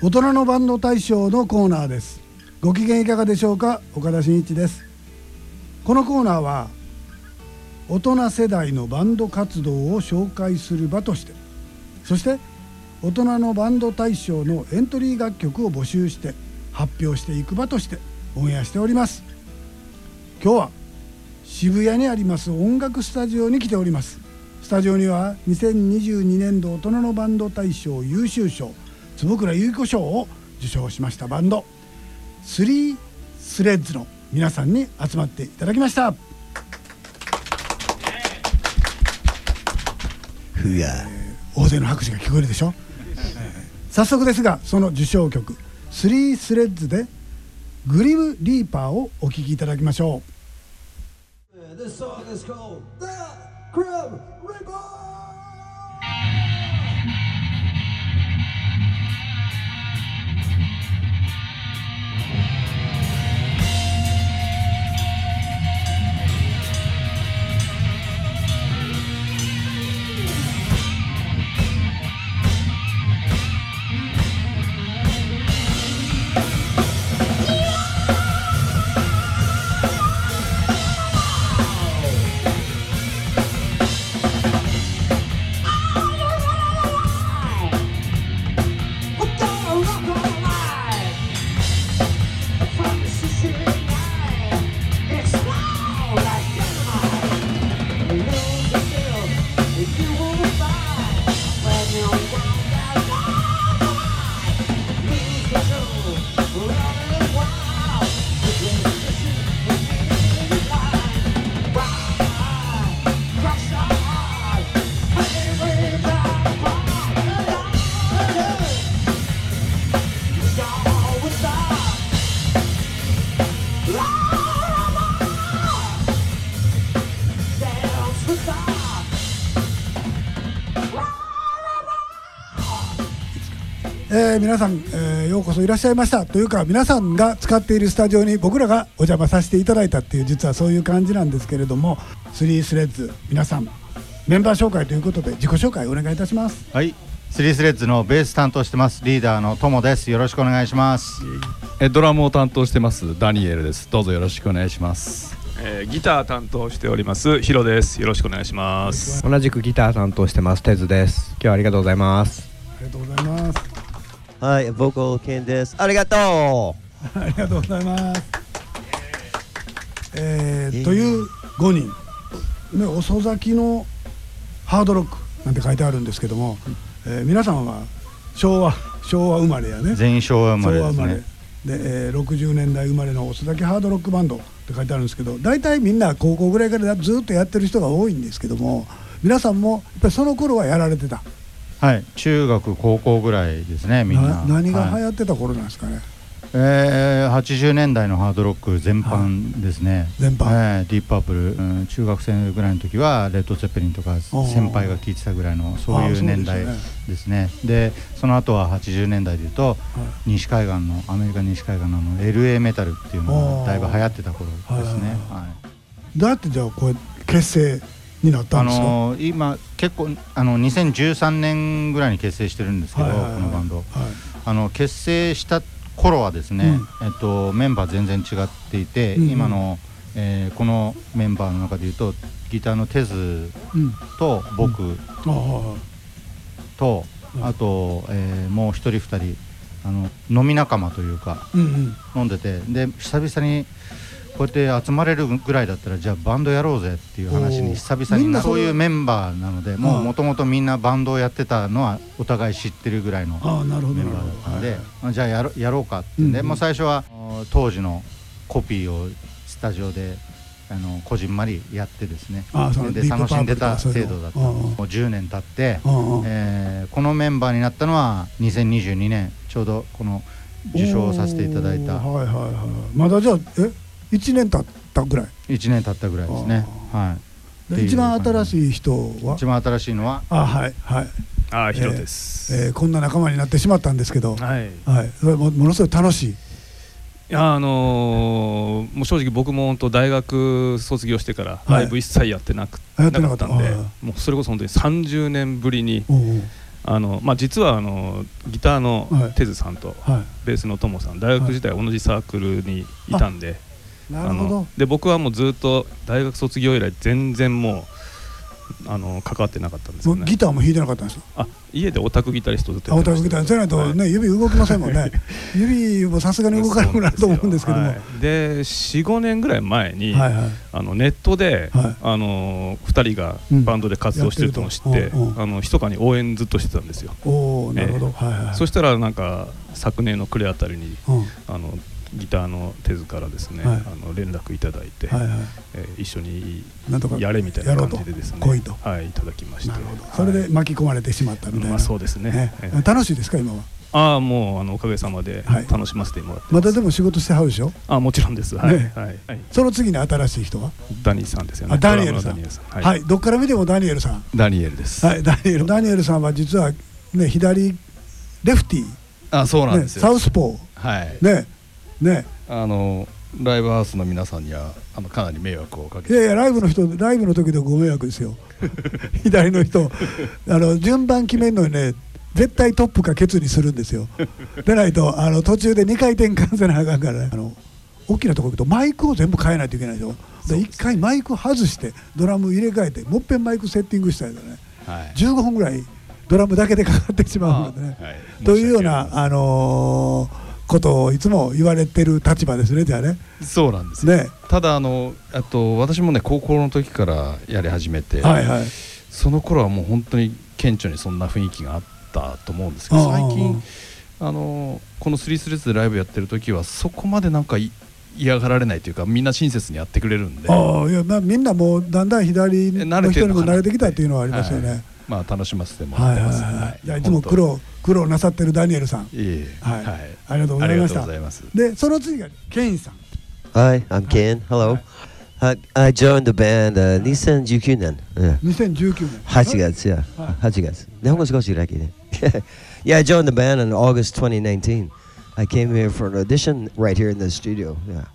大人のバンド大賞のコーナーです。ご機嫌いかがでしょうか。岡田真一です。このコーナーは大人世代のバンド活動を紹介する場として、そして大人のバンド大賞のエントリー楽曲を募集して発表していく場としてオンエアしております。今日は渋谷にあります音楽スタジオに来ております。スタジオには2022年度大人のバンド大賞優秀賞坪倉優子賞を受賞しましたバンド3スレッズの皆さんに集まっていただきました。大勢の拍手が聞こえるでしょ。早速ですが、その受賞曲3スレッズでグリムリーパーをお聴きいただきましょう。This song is called The Grim Reaper.皆さん、ようこそいらっしゃいましたというか、皆さんが使っているスタジオに僕らがお邪魔させていただいたっていう、実はそういう感じなんですけれども、3スレッズ皆さんメンバー紹介ということで自己紹介お願いいたします。 はい、3スレッズのベース担当してますリーダーのトモです。よろしくお願いします。 ドラムを担当してますダニエルです。どうぞよろしくお願いします。 ギター担当しておりますヒロです。よろしくお願いします。 同じくギター担当してますテズです。今日はありがとうございます。 ありがとうございます。 はい、ボーカルケンです。ありがとうありがとうございます。という5人、ね、遅咲きのハードロックなんて書いてあるんですけども、皆さんは昭和生まれやね。 全員昭和生まれですね。 で、60年代生まれの遅咲きハードロックバンドって書いてあるんですけど、大体みんな高校ぐらいからずっとやってる人が多いんですけども、皆さんもやっぱりその頃はやられてた。 はい、中学高校ぐらいですね。みんな何が流行ってた頃なんですかね。 80年代のハードロック全般ですね。 全般、 ディープパープル、中学生ぐらいの時はレッド・ツェッペリンとか先輩が聴いてたぐらいのそういう年代ですね。でその後は80年代でいうと、西海岸のアメリカ西海岸のLA メタルっていうのがだいぶ流行ってた頃ですね。 どうやってじゃあこれ結成になったんですか。 今結構2013年ぐらいに結成してるんですけど、このバンド、結成した頃はですね、メンバー全然違っていて、今の、このメンバーの中でいうとギターのテズと僕と、あと、もう一人二人飲み仲間というか、飲んでて、で久々にこうやって集まれるぐらいだったらじゃあバンドやろうぜっていう話に久々にそういうメンバーなので、もともとみんなバンドをやってたのはお互い知ってるぐらいのメンバーだったので、じゃあやろうかってんで、もう最初は当時のコピーをスタジオでこじんまりやってですね、で楽しんでた程度だった。もう10年経って、このメンバーになったのは2022年ちょうどこの受賞させていただいた。 まだじゃあ1年経ったぐらい。 1年経ったぐらいですね。はい。 一番新しい人は。 一番新しいのは。 ヒロです。 こんな仲間になってしまったんですけど、 はい。 それものすごい楽しい。 もう正直僕も本当大学卒業してからライブ一切やってなかったんで、もうそれこそ本当に30年ぶりに実はギターのテズさんとベースのトモさん、大学時代同じサークルにいたんで、 なるほど。 で僕はもうずっと大学卒業以来全然もう関わってなかったんですよね。 ギターも弾いてなかったんですか？ 家でオタクギタリストずっとやってました。 オタクギターじゃないとね、指動きませんもんね。指もさすがに動かなくなると思うんですけども、 で 4,5 年ぐらい前にネットで2人がバンドで活動してるのを知って密かに応援ずっとしてたんですよ。 なるほど。 そしたらなんか昨年の暮れあたりにギターのテズからですね、連絡いただいて、一緒にやれみたいな感じでですね、いただきまして、 それで巻き込まれてしまったみたいな。 そうですね。 楽しいですか今は？ もうおかげさまで楽しませてもらってます。 またでも仕事してはるでしょ？ もちろんです。 その次に新しい人はダニーさんですよね。 ダニエルさん。はい、どっから見てもダニエルさん。 ダニエルです。 はい、ダニエルさんは実はね、左レフティー、 そうなんですよ。 サウスポー、ね、 ライブハウスの皆さんにはかなり迷惑をかけて、 いやライブの時でご迷惑ですよ。左の人順番決めるのにね、絶対トップかケツにするんですよ。でないと途中で2回転換せなあかんからね、大きなところ行くとマイクを全部変えないといけないでしょ。で1回マイク外してドラム入れ替えてもっぺんマイクセッティングしたりとね、15分ぐらいドラムだけでかかってしまうのでね、というようなことをいつも言われてる立場ですね。じゃあね。 そうなんですね。ただ私もね、高校の時からやり始めて、その頃はもう本当に顕著にそんな雰囲気があったと思うんですけど、最近この3-3でライブやってる時はそこまでなんか嫌がられないというか、みんな親切にやってくれるんで、 みんなもうだんだん左の人にも慣れてきたっていうのはありますよね。 楽しませてもらってます。 じゃあいつも苦労なさってるダニエルさん、ありがとうございました。でその次がケインさん。 Hi, I'm Ken. Hello. I joined the band 2019年。 2019年。 8月、8月。日本語少しだけね。Yeah, I joined the band in August 2019. I came here for an audition right here in the studio. Yeah.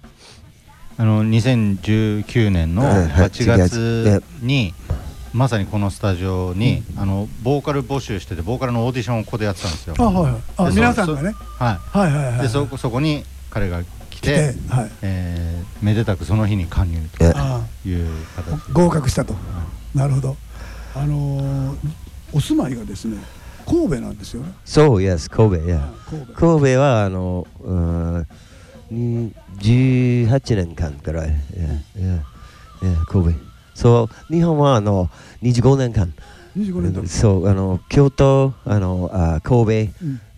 2019年の8月にまさにこのスタジオにボーカル募集してて、ボーカルのオーディションをここでやってたんですよ。 皆さんがね。 でそこに彼が来て、めでたくその日に加入という形、 合格したと。なるほど。お住まいがですね、神戸なんですよね。 そう、yes、神戸、神戸は18年間くらい、神戸。そう、日本は25年間。そう、京都、神戸、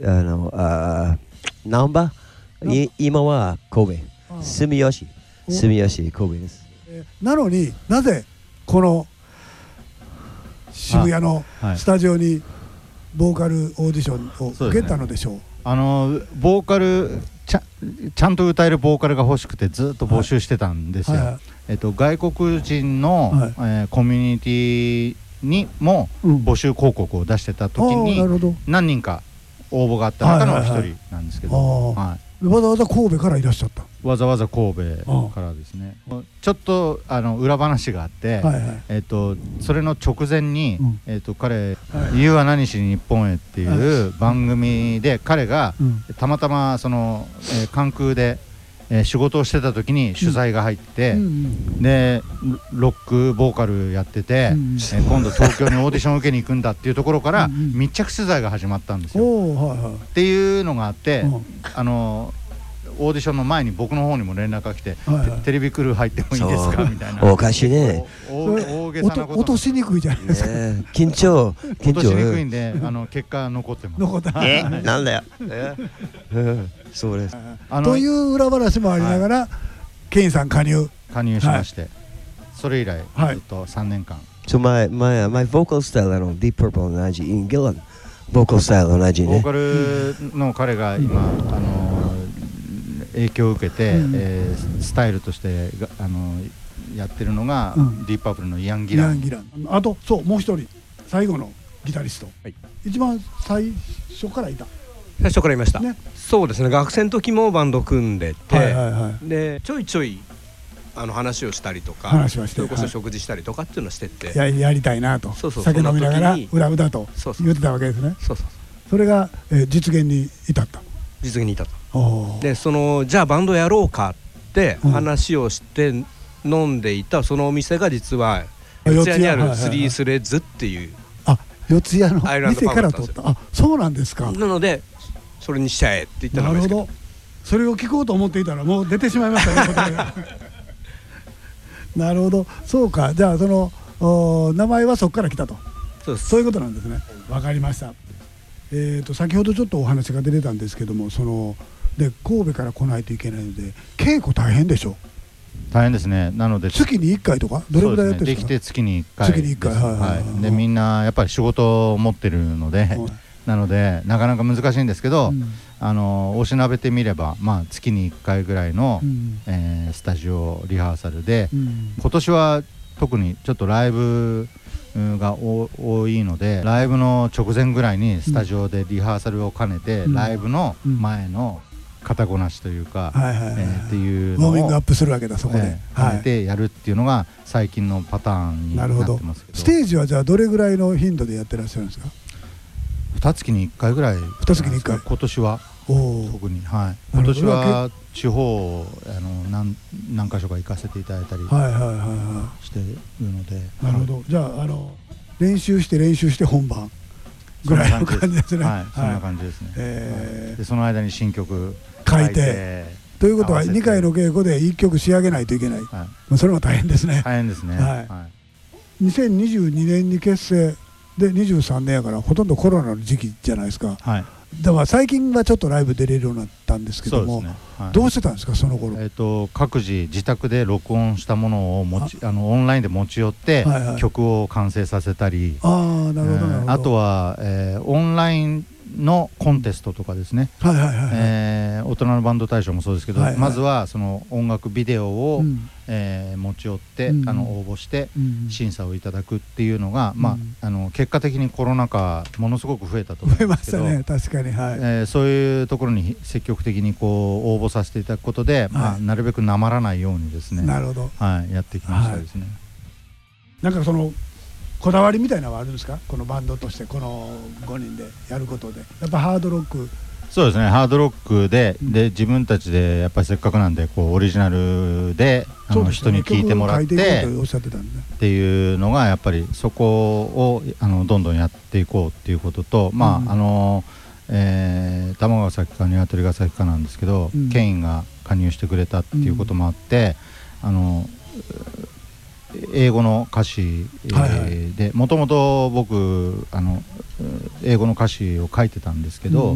難波、今は神戸、住吉神戸です。 なのになぜこの渋谷のスタジオにボーカルオーディションを受けたのでしょう。 ボーカルちゃんと歌えるボーカルが欲しくてずっと募集してたんですよ。外国人のコミュニティにも募集広告を出してた時に何人か応募があった中の一人なんですけど、 わざわざ神戸からいらっしゃった。 わざわざ神戸からですね。ちょっと裏話があって、それの直前に彼「You は何しに日本へ」っていう番組で彼がたまたま関空で仕事をしてた時に取材が入って、でロックボーカルやってて、今度東京にオーディション受けに行くんだっていうところから密着取材が始まったんですよ。っていうのがあって、オーディションの前に僕の方にも連絡が来て「テレビクルー入ってもいいですか?」みたいな。 おかしいね。 大げさなこと。 落としにくいじゃないですか。 緊張落としにくいんで結果残ってます。 なんだよ。そうです。 という裏話もありながらケインさん加入しまして、それ以来ずっと3年間。 So my vocal style Deep Purple の同じインギランボーカルスタイル同じね。 ボーカルの彼が今影響を受けてスタイルとしてやってるのがディープパープルのイアン・ギラン。 あとそうもう一人最後のギタリスト、一番最初からいた。 最初からいました。そうですね。学生の時もバンド組んでて、でちょいちょい話をしたりとか、 話はしてそれこそ食事したりとかっていうのをしてって、 やりたいなと、酒飲みながらうだうだと言ってたわけですね。それが実現に至った。 でじゃあバンドやろうかって話をして飲んでいたそのお店が実は四谷にあるスリースレッズっていう、 四谷の店から取った。そうなんですか。 なのでそれにしちゃえって言ったのですけど、なるほど。 それを聞こうと思っていたらもう出てしまいましたね。なるほど、そうか。じゃあその名前はそこから来たと。そういうことなんですね。わかりました。先ほどちょっとお話が出てたんですけども、で神戸から来ないといけないので稽古大変でしょ。 大変ですね。なので月に1回とかどれぐらいやってるんですか。 できて月に1回です。はい。でみんなやっぱり仕事を持ってるので、なのでなかなか難しいんですけど、おしなべてみれば、月に1回ぐらいのスタジオリハーサルで、今年は特にちょっとライブが多いので、ライブの直前ぐらいにスタジオでリハーサルを兼ねて、ライブの前の肩ごなしというかっていうのをウォーミングアップするわけだ、そこで兼ねてやるっていうのが最近のパターンになってますけど。 ステージはじゃあどれぐらいの頻度でやってらっしゃるんですか。 2月に1回ぐらい。 2月に1回。 今年は特に、今年は地方何か所か行かせていただいたりしているので。 なるほど。じゃあ練習して本番ぐらいの感じですね。 そんな感じですね。でその間に新曲書いてということは2回の稽古で1曲仕上げないといけない。それも大変ですね。 大変ですね。 2022年に結成で23年やからほとんどコロナの時期じゃないですか。だから最近はちょっとライブ出れるようになったんですけども、どうしてたんですかその頃。 各自自宅で録音したものをオンラインで持ち寄って曲を完成させたり、あとはオンラインのコンテストとかですね。大人のバンド大賞もそうですけど、まずはその音楽ビデオを持ち寄って応募して審査をいただくっていうのが、結果的にコロナ禍ものすごく増えたと思いますけど、 確かに、 そういうところに積極的に応募させていただくことで、なるべくなまらないようにですね、やってきましたですね。 なんかこだわりみたいなのはあるんですか、このバンドとしてこの5人でやることで。やっぱハードロック。 そうですね、ハードロックで自分たちでやっぱりせっかくなんでオリジナルで人に聴いてもらってっていうのがやっぱりそこをどんどんやっていこうっていうことと、卵が先か鶏が先かなんですけど、ケインが加入してくれたっていうこともあって、英語の歌詞でもともと僕英語の歌詞を書いてたんですけど、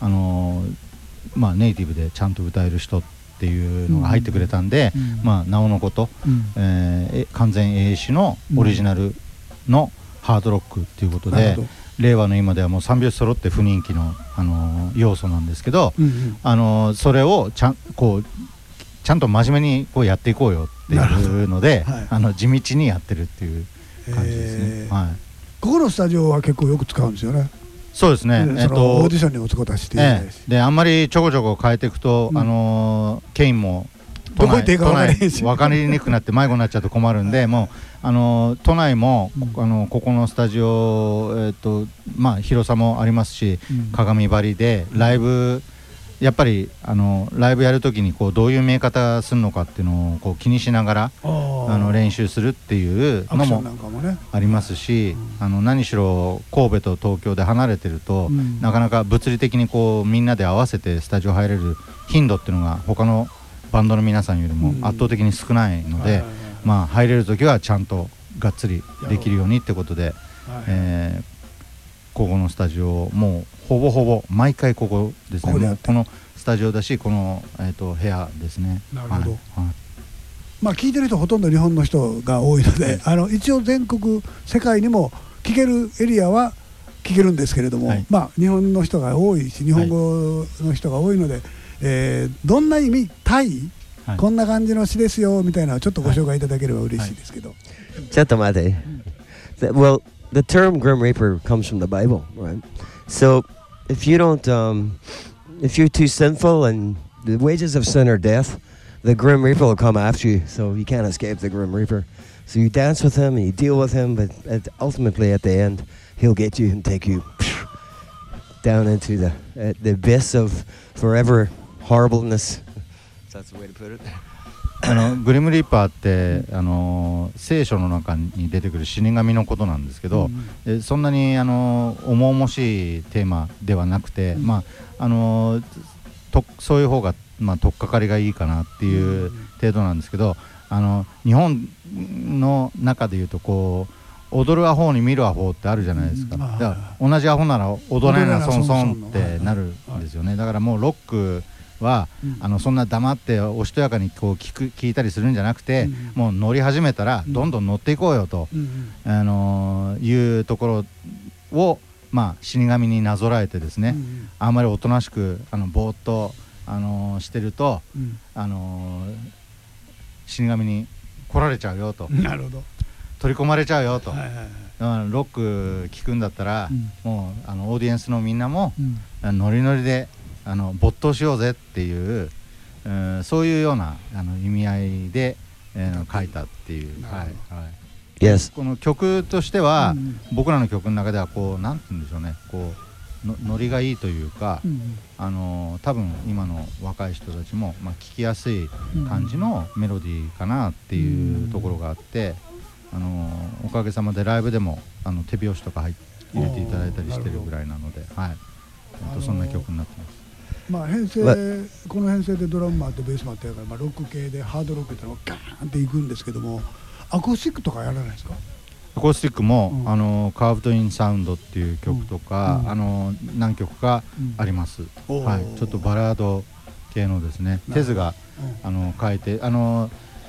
ネイティブでちゃんと歌える人っていうのが入ってくれたんで、なおのこと、完全英詞のオリジナルのハードロックっていうことで、令和の今ではもう3拍子揃って不人気の、要素なんですけど、それをちゃんと真面目にやっていこうよっていうので、地道にやってるっていう感じですね。 ここのスタジオは結構よく使うんですよね。 そうですね。オーディションにも使ったし、 であんまりちょこちょこ変えていくと、ケインもどこ行っていいか分かりにくくなって迷子になっちゃうと困るんで、もう都内もここのスタジオ広さもありますし、鏡張りでライブやっぱりライブやるときにどういう見え方するのかっていうのを気にしながら練習するっていうのもありますし、何しろ神戸と東京で離れてると、なかなか物理的にみんなで合わせてスタジオ入れる頻度っていうのが他のバンドの皆さんよりも圧倒的に少ないので、入れるときはちゃんとがっつりできるようにってことで、ここのスタジオもうほぼほぼ毎回ここですね。もうこのスタジオだし、この部屋ですね。 なるほど。聞いてる人ほとんど日本の人が多いので、一応全国世界にも聞けるエリアは聞けるんですけれども、日本の人が多いし日本語の人が多いので、どんな意味タイ、こんな感じの詩ですよみたいなのをちょっとご紹介いただければ嬉しいですけど。 ちょっと待って。Well, the term Grim Reaper comes from the Bible, right? So if you don't, if you're too sinful and the wages of sin are death, the Grim Reaper will come after you, so you can't escape the Grim Reaper. So you dance with him and you deal with him, but ultimately at the end, he'll get you and take you down into the abyss of forever horribleness. That's the way to put it. グリムリーパーって聖書の中に出てくる死神のことなんですけど、そんなに重々しいテーマではなくて、そういう方が、取っかかりがいいかなっていう程度なんですけど、日本の中でいうとこう踊るアホに見るアホってあるじゃないですか。だから同じアホなら踊れないなソンソンってなるんですよね。だからもうロックはそんな黙っておしとやかにこう聞いたりするんじゃなくて、もう乗り始めたらどんどん乗っていこうよというところを死神になぞらえてですね、あんまりおとなしくぼーっとしてると死神に来られちゃうよと、 なるほど、 取り込まれちゃうよと、ロック聴くんだったら、もうオーディエンスのみんなも、ノリノリで没頭しようぜっていう、そういうような意味合いで、書いたっていう、 Yes. この曲としては、僕らの曲の中ではこうなんて言うんでしょうね、こうノリがいいというか、多分今の若い人たちも、聴きやすい感じのメロディーかなっていうところがあって、おかげさまでライブでも手拍子とか入れていただいたりしてるぐらいなので、そんな曲になってます。 編成この編成でドラムもあってベースもあってやから、ロック系でハードロックってのがガーンっていくんですけども、アコースティックとかやらないですか？ アコースティックも、カーブドインサウンドっていう曲とか、何曲かあります、ちょっとバラード系のですね、テズが書いて、今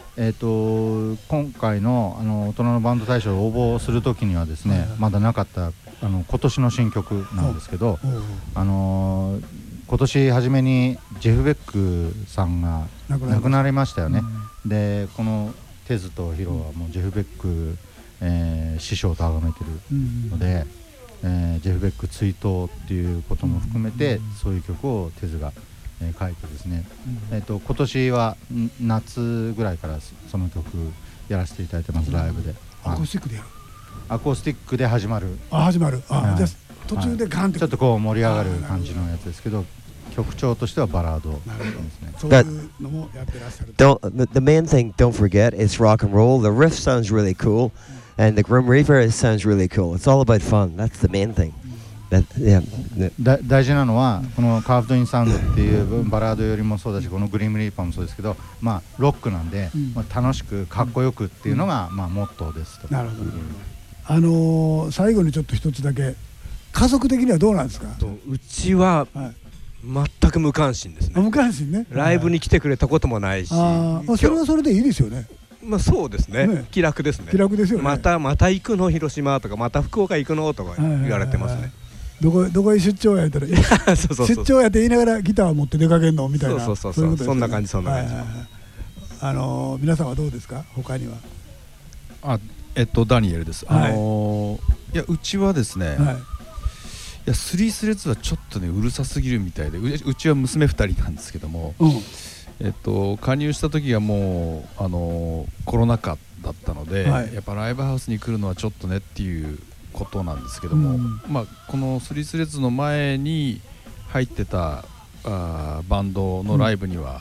回の大人のバンド大賞を応募するときにはですね、まだなかった今年の新曲なんですけど、今年初めにジェフ・ベックさんが亡くなりましたよね。でこのテズとヒロはもうジェフ・ベック、師匠と崇めてるので、ジェフ・ベック追悼っていうことも含めて、そういう曲をテズが、書いてですね、今年は夏ぐらいからその曲やらせていただいてます、ライブで。 アコースティックでやる？ アコースティックで始まる。 じゃあ途中でガンって、 ちょっとこう盛り上がる感じのやつですけど、曲調としてはバラードですね。 そういうのもやってらっしゃる。 The main thing, don't forget, is rock and roll. The riff sounds really cool, and the Grim Reaper sounds really cool. It's all about fun. That's the main thing. 大事なのはこのカーブドインサウンドっていうバラードよりもそうだし、このグリムリーパーもそうですけど、ロックなんで、楽しくかっこよくっていうのが、モットーですと。 なるほど。最後にちょっと一つだけ、家族的にはどうなんですか？ うちは全く無関心ですね。 無関心ね。 ライブに来てくれたこともないし、それはそれでいいですよね。 そうですね。気楽ですね。 気楽ですよね。 また行くの広島とか、また福岡行くのとか言われてますね。 どこへ出張やったら出張やって言いながらギターを持って出かけるのみたいな。 そんな感じ。 皆さんはどうですか？他には。 ダニエルです。いやうちはですね、いやスリースレッズはちょっとねうるさすぎるみたいで、うちは娘2人なんですけども、加入した時がもうコロナ禍だったので、やっぱライブハウスに来るのはちょっとねっていうことなんですけども、このスリースレッズの前に入ってたバンドのライブには、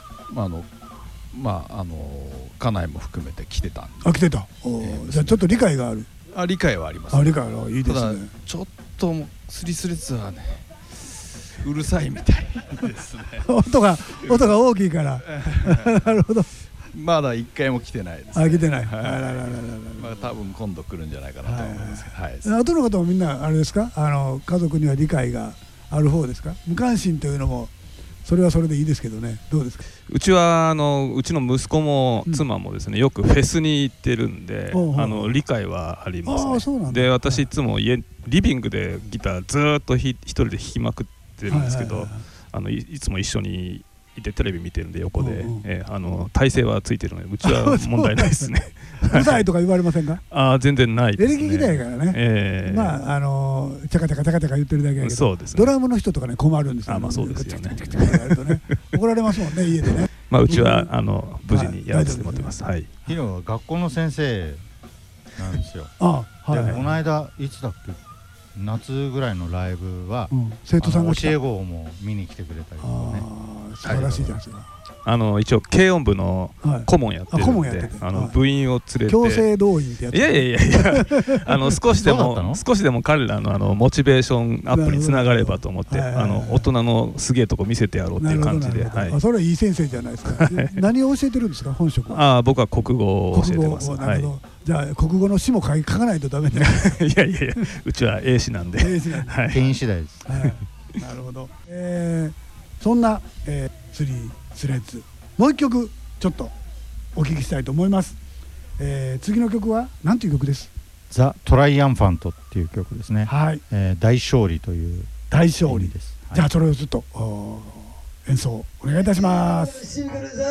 家内も含めて来てたんで。 来てた。じゃあちょっと理解がある。 理解はあります。 理解はいいですね。 ただちょっとスリースレッズはねうるさいみたいですね。 音が大きいから。なるほど。 まだ1回も来てないです。 来てない。 多分今度来るんじゃないかなと思いますけど。 後の方もみんなあれですか？家族には理解がある方ですか？無関心というのもそれはそれでいいですけどね。どうですか？ うちはうちの息子も妻もですね、よくフェスに行ってるんで、理解はありますね。で私いつもリビングでギターずーっと一人で弾きまくってるんですけど、いつも一緒にいてテレビ見てるんで横で、体勢はついてるのでうちは問題ないですね。 うるさいとか言われませんか？ 全然ないですね。 エレキギターやからね。チャカチャカチャカチャカ言ってるだけやけど、 そうですね。 ドラムの人とかね困るんですよ。 そうですよね。 怒られますもんね、家でね。 まあうちは無事にやらせてもらってます。はい。 ヒロは学校の先生なんですよ。 あ、はい。 でこの間いつだっけ、夏ぐらいのライブは生徒さんが教え子も見に来てくれたりとかね。 素晴らしいじゃないですか。 一応軽音部の顧問やってるんで、部員を連れて強制動員ってやつ。 いや少しでも彼らのモチベーションアップにつながればと思って、大人のすげえとこ見せてやろうっていう感じで。 それはいい先生じゃないですか。何を教えてるんですか、本職は。 僕は国語を教えてます。 なるほど。じゃあ国語の詩も書かないとダメだよ。 いやうちは英詞なんで。 定員次第です。 なるほど。そんなスリースレッズ、もう一曲ちょっとお聞きしたいと思います。次の曲は何という曲です？ ザ・トライアンファントっていう曲ですね。 はい。 大勝利という大勝利です。じゃあそれをずっと演奏お願いいたします。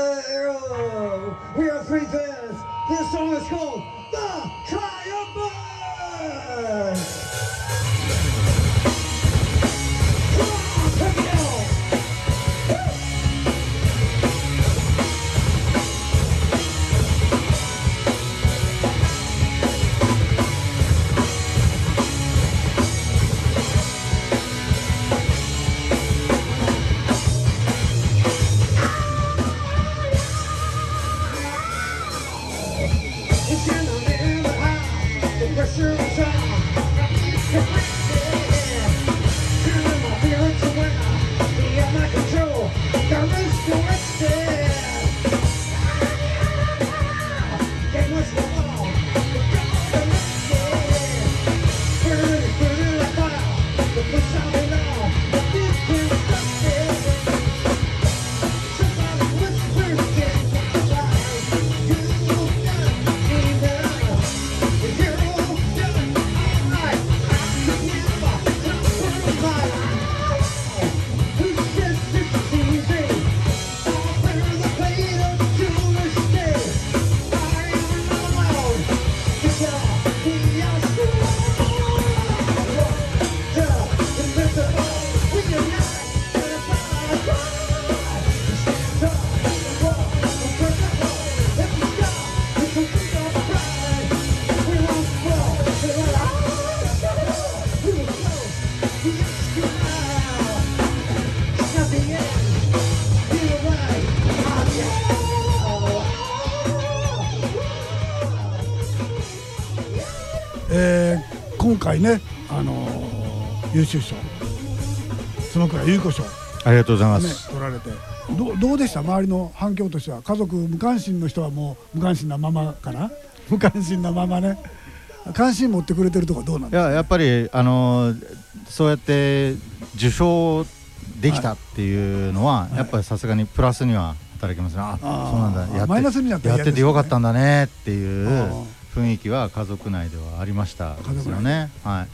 今回ね、優秀賞坪倉優子賞、 ありがとうございます、 取られてどうでした？周りの反響としては。家族無関心の人はもう無関心なままかな。無関心なままね。関心持ってくれてるとかどうなんですか？ やっぱりそうやって受賞できたっていうのは、やっぱりさすがにプラスには働きますね。そうなんだ、 マイナスになったらやっててよかったんだねっていう雰囲気は家族内ではありましたですよね。はい。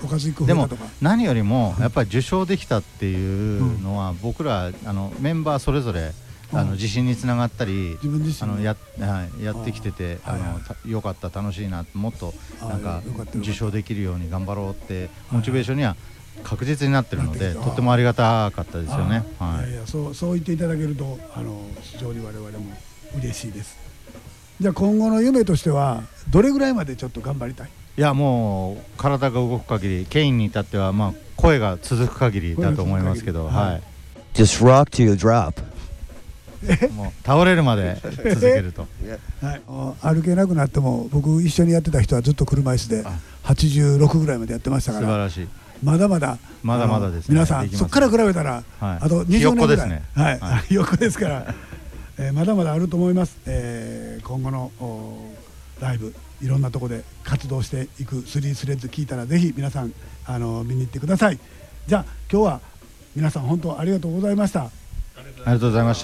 でも何よりもやっぱり受賞できたっていうのは、僕らメンバーそれぞれ自信につながったり、やってきててよかった、楽しいな、もっとなんか受賞できるように頑張ろうってモチベーションには確実になってるので、とってもありがたかったですよね。 そう言っていただけると非常に我々も嬉しいです。じゃあ今後の夢としてはどれぐらいまでちょっと頑張りたい？ いや、もう体が動く限り、ケインに至っては声が続く限りだと思いますけど、はい。 Just rock till you drop。 もう倒れるまで続けると。 歩けなくなっても、僕一緒にやってた人はずっと車椅子で86ぐらいまでやってましたから。 素晴らしい。 まだまだですね。皆さんそこから比べたらあと20年ぐらい、ひよっこですから。まだまだあると思います。今後のライブ、いろんなところで活動していくスリースレッズ聞いたら、ぜひ皆さん見に行ってください。じゃあ今日は皆さん本当ありがとうございました。 ありがとうございました。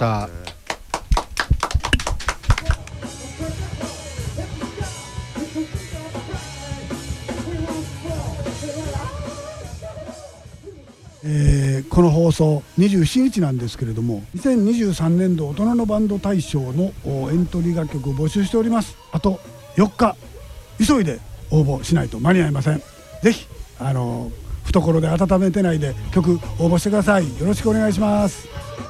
この放送27日なんですけれども、2023年度大人のバンド大賞のエントリー楽曲を募集しております。あと4日、急いで応募しないと間に合いません。ぜひ懐で温めてないで曲応募してください。よろしくお願いします。